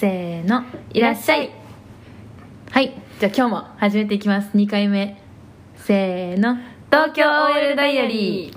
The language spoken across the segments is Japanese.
せーの、いらっしゃい。はい、じゃあ今日も始めていきます。2回目、せーの、東京 OL ダイアリー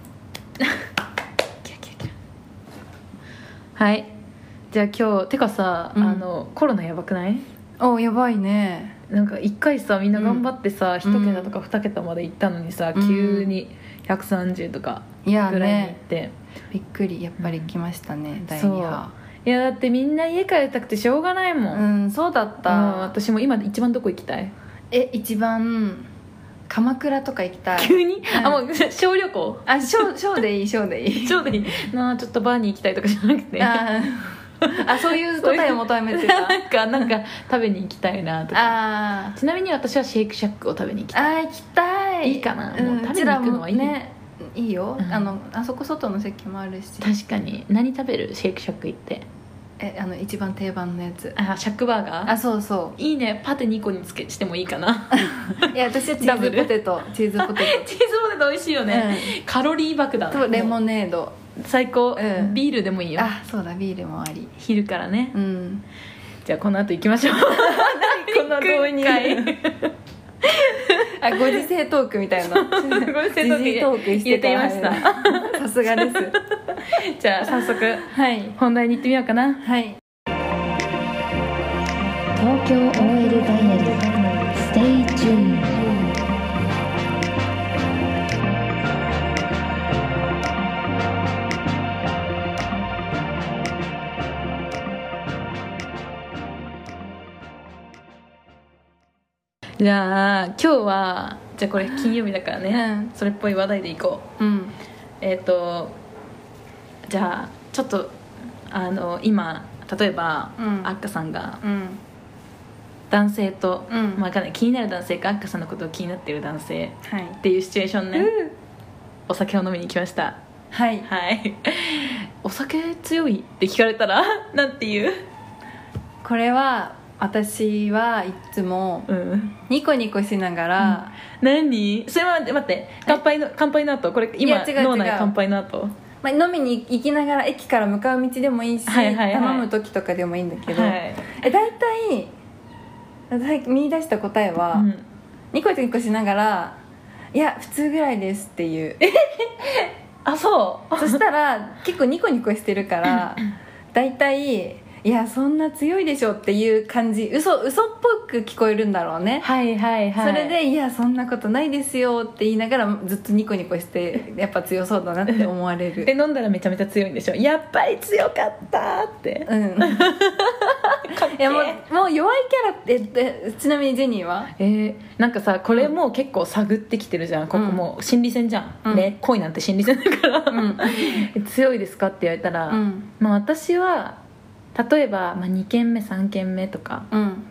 はい、じゃあ今日てかさ、コロナやばくない？ やばいね。 なんか1回さみんな頑張ってさ、1桁とか2桁まで行ったのにさ、急に130とかぐらいに行って、 びっくり。やっぱり来ましたね、第2波。 いやだってみんな家帰りたくてしょうがないもん。 そうだった。 私も今一番どこ行きたい？ 一番鎌倉とか行きたい。 急に、もう小旅行？ 小でいい小でいい小でいいな。ちょっとバーに行きたいとかじゃなくてそういう答えを求めてたなんか食べに行きたいなとか。ちなみに私はシェイクシャックを食べに行きたい。 行きたい。 いいかな、もう食べに行くのはいいね。いいよ、あそこ外の席もあるし。 確かに。何食べる？シェイクシャック行って。 一番定番のやつ。 シャックバーガー。 そうそう。 いいね。パテ2個にしてもいいかな。 いや私はチーズポテト。チーズポテト美味しいよね、カロリー爆弾とレモネード最高、ビールでもいいよ。 そうだ、ビールもあり。 昼からね。じゃあこの後行きましょう。この導入ご時世トークみたいな。 ご時世トークしていました。 さすがです。 じゃあ早速、本題に行ってみようかな。 はい東京 OL ダイアリー Stay tuned。 じゃあ今日はこれ金曜日だからね、それっぽい話題でいこう。じゃあちょっと今例えば、あっかさんが、男性と、わかんない、気になる男性かあっかさんのことを気になっている男性っていうシチュエーションね、お酒を飲みに来ました。はいお酒強いって聞かれたらなんて言う？ これは私はいつもニコニコしながら、 何それは待って、乾杯の後、これ今脳内乾杯の後、 飲みに行きながら駅から向かう道でもいいし、頼む時とかでもいいんだけど、大体見出した答えは、ニコニコしながらいや普通ぐらいですっていう。 そうそしたら結構ニコニコしてるから大体いやそんな強いでしょっていう感じ、嘘っぽく聞こえるんだろうね。それでいやそんなことないですよって言いながらずっとニコニコしてやっぱ強そうだなって思われる。 飲んだらめちゃめちゃ強いんでしょ？やっぱり強かったって。 いやもう弱いキャラって。ちなみにジェニーはなんかさ、これも結構探ってきてるじゃん、ここも心理戦じゃん、ね、恋なんて心理戦だから強いですかって言われたら、私は例えば、2軒目3軒目とか、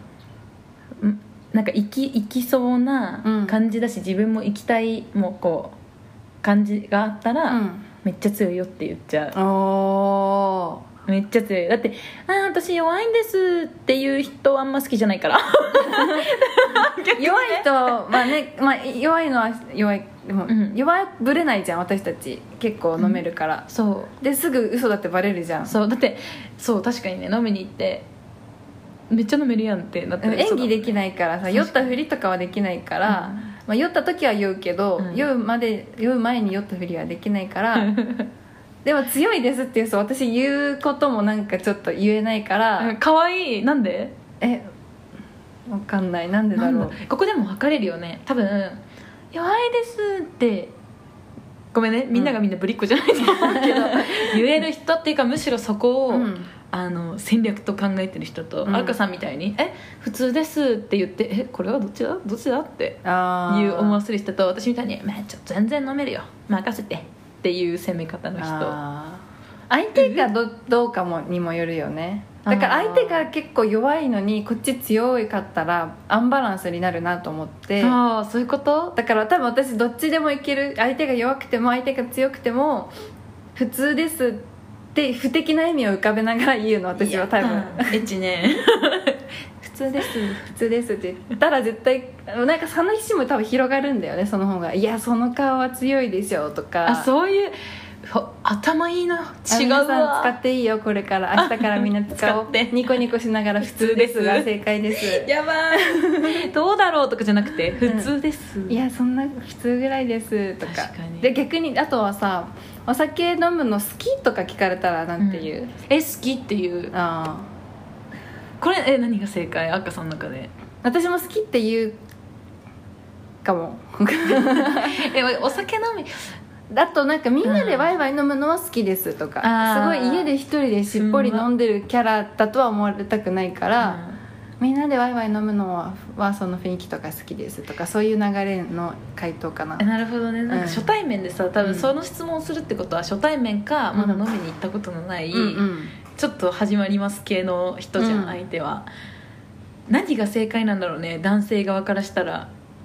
なんか行きそうな感じだし、自分も行きたいもうこう感じがあったら、めっちゃ強いよって言っちゃう。めっちゃ強い。だって私弱いんですっていう人はあんま好きじゃないから弱いと弱いのは弱い。でも、弱ぶれないじゃん私たち。結構飲めるから、ですぐ嘘だってバレるじゃん。 だって確かにね、飲みに行ってめっちゃ飲めるやんってなって、 演技できないからさ、酔ったふりとかはできないから、酔った時は酔うけど、酔う前に酔ったふりはできないからでも強いですっていう人、私言うこともなんかちょっと言えないから。 かわいい。なんで？ わかんない。なんでだろう。 ここでも分かれるよね多分。弱いですってごめんね、みんながみんなぶりっ子じゃないと思うけど、言える人っていうか、むしろそこを、戦略と考えてる人と、あっかさんみたいに普通ですって言ってこれはどっちだっていう思わせる人と、私みたいに全然飲めるよ任せてっていう攻め方の人。 相手がどうかにもよるよね。だから相手が結構弱いのにこっち強かったらアンバランスになるなと思って。 そういうこと。 だから多分私どっちでもいける。相手が弱くても相手が強くても普通ですって不敵な意味を浮かべながら言うの、私は多分。 エッチね普通ですって言ったら絶対なんかその意思も多分広がるんだよね。その方がいやその顔は強いでしょとか。 そういう頭いいの違うわ。 皆さん使っていいよ、これから明日からみんな使おう。ニコニコしながら普通ですが正解です。 やばいどうだろうとかじゃなくて普通です、 いやそんな普通ぐらいですとか。 確かに。 で逆にあとはさ、お酒飲むの好きとか聞かれたらなんていう、 好きっていう。これ何が正解？赤さんの中で。 私も好きって言うかもお酒飲みあとなんかみんなでワイワイ飲むのは好きですとか、すごい家で一人でしっぽり飲んでるキャラだとは思われたくないから、みんなでワイワイ飲むのはその雰囲気とか好きですとか、そういう流れの回答かな。 なるほどね。なんか初対面でさ、多分その質問をするってことは初対面かまだ飲みに行ったことのない、ちょっと始まります系の人じゃん、相手は。何が正解なんだろうね、男性側からしたら。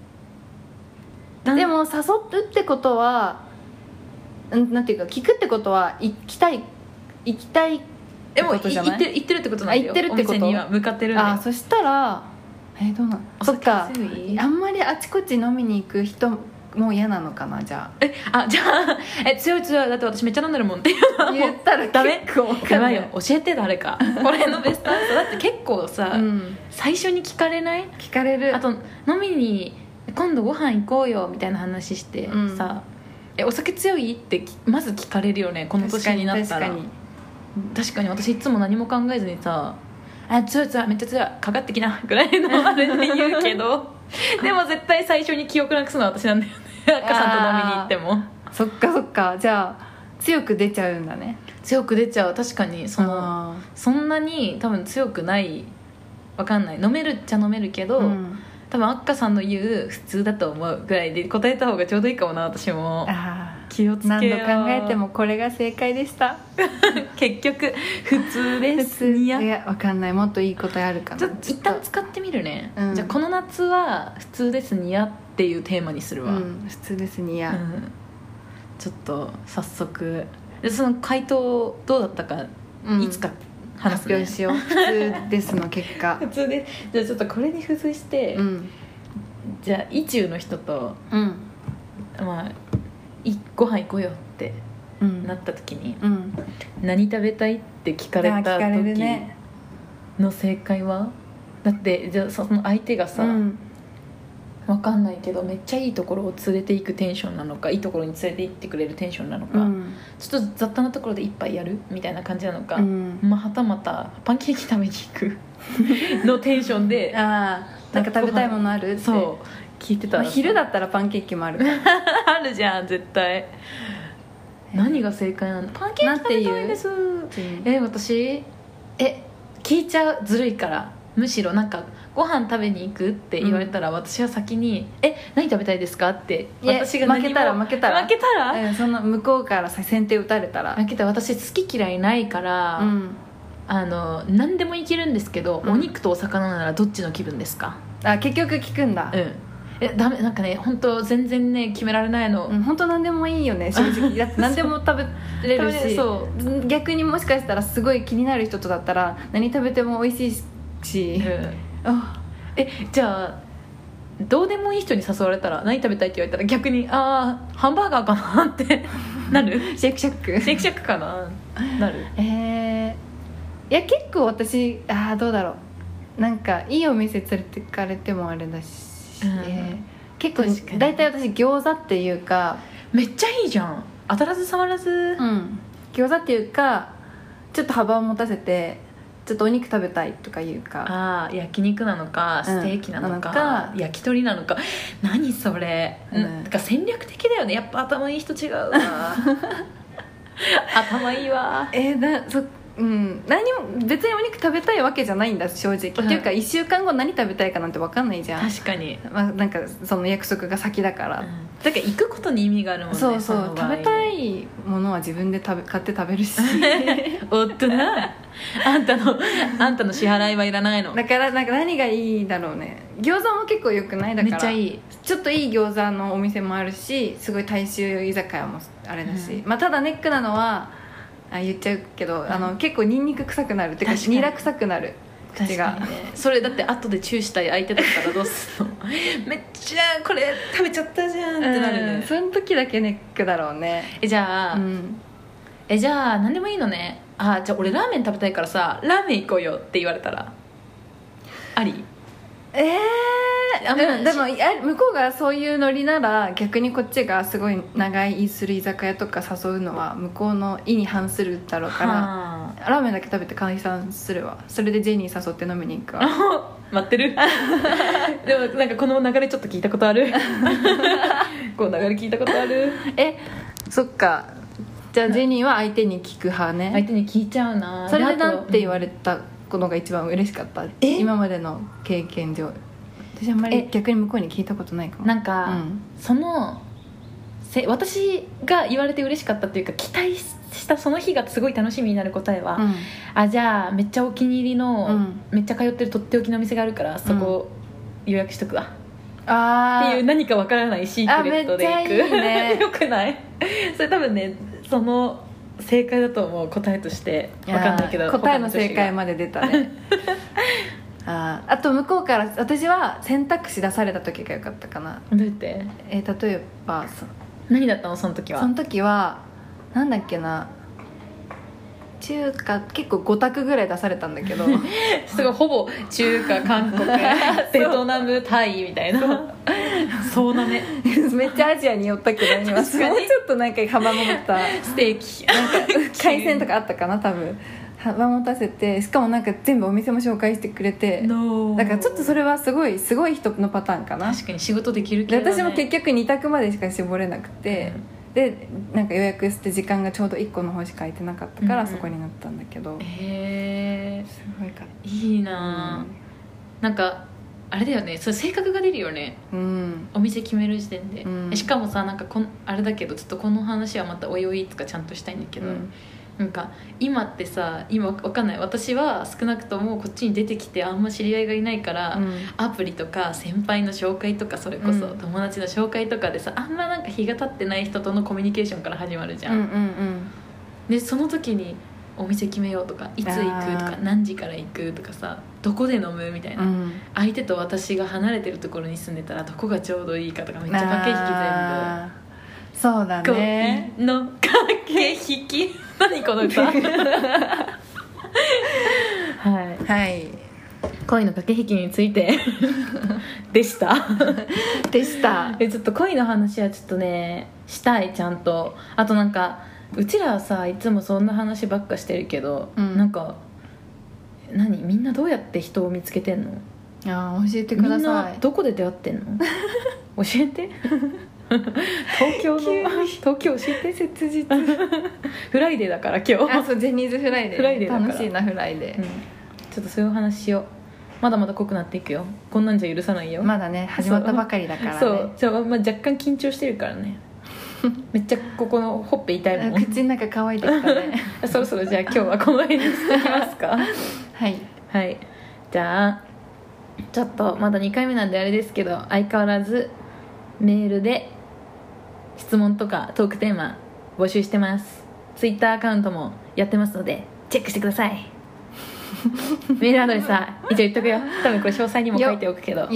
でも誘うってことはなんていうか、聞くってことは行きたいってことじゃない？ 行ってるってことなんだよ。 行ってるってこと、 お店には向かってるんだよ。 そしたらどうなん？そっか、あんまりあちこち飲みに行く人もう嫌なのかな。じゃあじゃあ強いだって私めっちゃ飲んでるもんっていうのは言ったらダメ。 結構やばいよ、教えて誰かこれのベストアンサーだって結構さ、最初に聞かれない？ 聞かれる。 あと飲みに今度ご飯行こうよみたいな話してさ、お酒強いってまず聞かれるよね、この年になったら。確かに私いつも何も考えずにさ、強いめっちゃ強いかかってきなぐらいのあれで言うけどでも絶対最初に記憶なくすのは私なんだよね赤さんと飲みに行っても。 そっかそっか、じゃあ強く出ちゃうんだね。 強く出ちゃう。確かにそんなに多分強くない、わかんない、飲めるっちゃ飲めるけど、多分赤さんの言う普通だと思うぐらいで答えた方がちょうどいいかもな。私も気をつけよう。 何度考えてもこれが正解でした結局普通ですにや。 いやわかんない、もっといい答えあるかな。 一旦使ってみるね、じゃあこの夏は普通ですにやっていうテーマにするわ、 普通ですにや、 ちょっと早速でその回答どうだったか、いつか発表しよう。普通ですの結果普通です。じゃあちょっとこれに付随して、じゃあ意中の人と、まあご飯行こうよってなった時に、何食べたいって聞かれた時の正解は？だってじゃあその相手がさ、わかんないけどめっちゃいいところを連れて行くテンションなのか、いいところに連れて行ってくれるテンションなのか、ちょっと雑多なところで一杯やるみたいな感じなのか、はたまたパンケーキ食べに行くのテンションでなんか食べたいものあるってそう聞いてたら、 昼だったらパンケーキもあるあるじゃん絶対。何が正解なんだ？パンケーキ食べたいです。私聞いちゃう、ずるいから。むしろなんかご飯食べに行くって言われたら、私は先に何食べたいですかって私が負けたら、その向こうから先手打たれたら、 負けたら私好き嫌いないから、何でもいけるんですけど、お肉とお魚ならどっちの気分ですか？ 結局聞くんだ。 ダメ、なんかね本当全然ね決められないの。 本当何でもいいよね正直。だって何でも食べれるし逆にもしかしたらすごい気になる人とだったら何食べても美味しいし、じゃあどうでもいい人に誘われたら何食べたいって言われたら逆にハンバーガーかなってなるシェイクシャックかななる。 いや結構私どうだろう、なんかいいお店連れてかれてもあれだし、結構大体私餃子っていうか、 めっちゃいいじゃん、当たらず触らず、 餃子っていうかちょっと幅を持たせてちょっとお肉食べたいとかいうか、 焼肉なのかステーキなのか、焼き鳥なのか、何それ、なんか戦略的だよね。やっぱ頭いい人違うわ頭いいわ。 何も別にお肉食べたいわけじゃないんだ正直、っていうか1週間後何食べたいかなんて分かんないじゃん。 確かに、 なんかその約束が先だから、 だから行くことに意味があるもんね。 そう食べたいものは自分で買って食べるしおっとなあんたの支払いはいらないの。 だからなんか何がいいだろうね。餃子も結構よくない？だからめっちゃいい。 ちょっといい餃子のお店もあるし、すごい大衆居酒屋もあれだし、ただネックなのは言っちゃうけど、結構ニンニク臭くなるっていうかニラ臭くなる口が、 それだって後でチューしたい相手だったらどうするのめっちゃこれ食べちゃったじゃんってなるね、 その時だけネックだろうね。 じゃあ、 じゃあ何でもいいのね。じゃあ俺ラーメン食べたいからさラーメン行こうよって言われたらあり？ でも向こうがそういうノリなら逆にこっちがすごい長居する居酒屋とか誘うのは向こうの意に反するだろうからラーメンだけ食べて解散するわ。それでジェニー誘って飲みに行くわ。 待ってるでもなんかこの流れちょっと聞いたことあるこの流れ聞いたことある。 そっか。じゃあジェニーは相手に聞く派ね。 相手に聞いちゃうな。 それでなんて言われたのが一番嬉しかった？今までの経験上。私あんまり逆に向こうに聞いたことないかも。 なんか、私が言われて嬉しかったっていうか期待したその日がすごい楽しみになる答えは、じゃあめっちゃお気に入りの、めっちゃ通ってるとっておきのお店があるからそこ予約しとくわ、っていう何かわからないシークレットで行く。 めっちゃいいねよくない？それ多分ねその正解だと思う。答えとしてわかんないけど答えの正解まで出たねあと向こうから私は選択肢出された時が良かったかな。 どうやって？ 例えば何だったのその時は？ その時はなんだっけな、中華結構5択ぐらい出されたんだけどすごいほぼ中華韓国ベトナムタイみたいなそうだねめっちゃアジアに寄ったけど今もうちょっとなんか幅持ったステーキなんか海鮮とかあったかな多分。幅持たせて、しかもなんか全部お店も紹介してくれて、だからちょっとそれはすごい人のパターンかな。 確かに仕事できる系だね。 で私も結局2択までしか絞れなくて、でなんか予約して時間がちょうど1個の方しか空いてなかったからそこになったんだけど、 へえすごいかいいな、なんかあれだよね、それ性格が出るよね、お店決める時点で、しかもさなんかあれだけどちょっとこの話はまたおいおいとかちゃんとしたいんだけど、なんか今ってさわかんない、私は少なくともこっちに出てきてあんま知り合いがいないから、アプリとか先輩の紹介とかそれこそ友達の紹介とかでさ、あんまなんか日が経ってない人とのコミュニケーションから始まるじゃん、でその時にお店決めようとかいつ行くとか何時から行くとかさどこで飲むみたいな、相手と私が離れてるところに住んでたらどこがちょうどいいかとかめっちゃ駆け引き全部。 そうだね、 恋の駆け引き何この歌はい恋の駆け引きについてでしたちょっと恋の話はちょっとねしたい、ちゃんと。あとなんかうちらはさいつもそんな話ばっかしてるけど、なんかみんなどうやって人を見つけてんの？ 教えてください。 みんなどこで出会ってんの？教えて東京教えて。切実フライデーだから今日。 そうジェニーズフライデー楽しいなフライデー、 ちょっとそういう話しよう。まだまだ濃くなっていくよ、こんなんじゃ許さないよ。 まだね始まったばかりだからね。 そう、若干緊張してるからねめっちゃここのほっぺ痛いもん。 口の中乾いてきたねそろそろじゃあ今日はこの辺にしてきますかはいじゃあちょっとまだ2回目なんであれですけど、相変わらずメールで質問とかトークテーマ募集してます。 Twitter アカウントもやってますのでチェックしてくださいメールアドレスは一応言っとくよ、多分これ詳細にも書いておくけど、はい、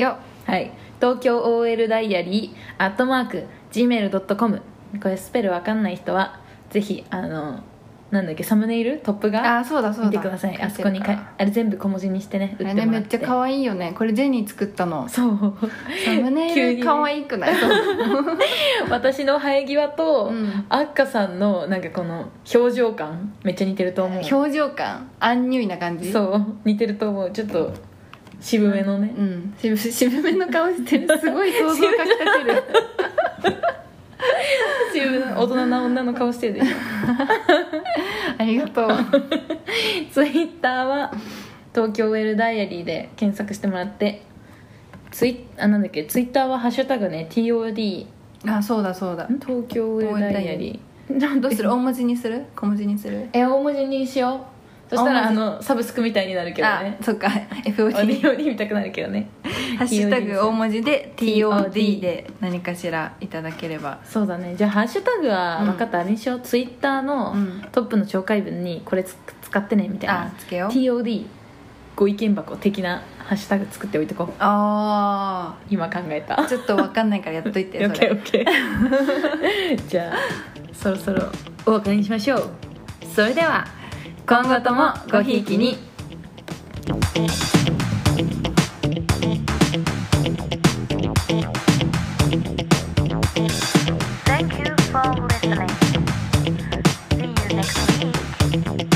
東京 OL ダイアリー@gmail.com、 これスペルわかんない人はぜひなんだっけサムネイルトップが見てください。あそこにあれ全部小文字にしてね打ってもらって。 めっちゃ可愛いよね、これジェニー作ったの。 そうサムネイル可愛くない？ 私の生え際と、あっかさんのなんかこの表情感めっちゃ似てると思う。 表情感アンニュイな感じ。 そう似てると思う。ちょっと渋めのね、 渋めの顔してる。すごい想像かきたてる大人な女の顔してるでしょありがとうツイッターは東京 OL ダイアリーで検索してもらって、なんだっけツイッターはハッシュタグね TOD、 そうだ東京 OL ダイアリーどうする？大文字にする？小文字にする？ 大文字にしよう。そしたらサブスクみたいになるけどね。 そっか FOD 見たくなるけどね。 ハッシュタグ大文字で TOD で何かしらいただければ。 そうだね。じゃあハッシュタグは分かった、あれにしよう。ツイッターのトップの紹介文にこれ使ってねみたいな、 つけよう。 TOD ご意見箱的なハッシュタグ作っておいてこう。今考えた。 ちょっと分かんないからやっといてそれ。 オッケーじゃあそろそろお別れにしましょう。 それでは今後ともごひいきに。 Thank you for listening. See you next week.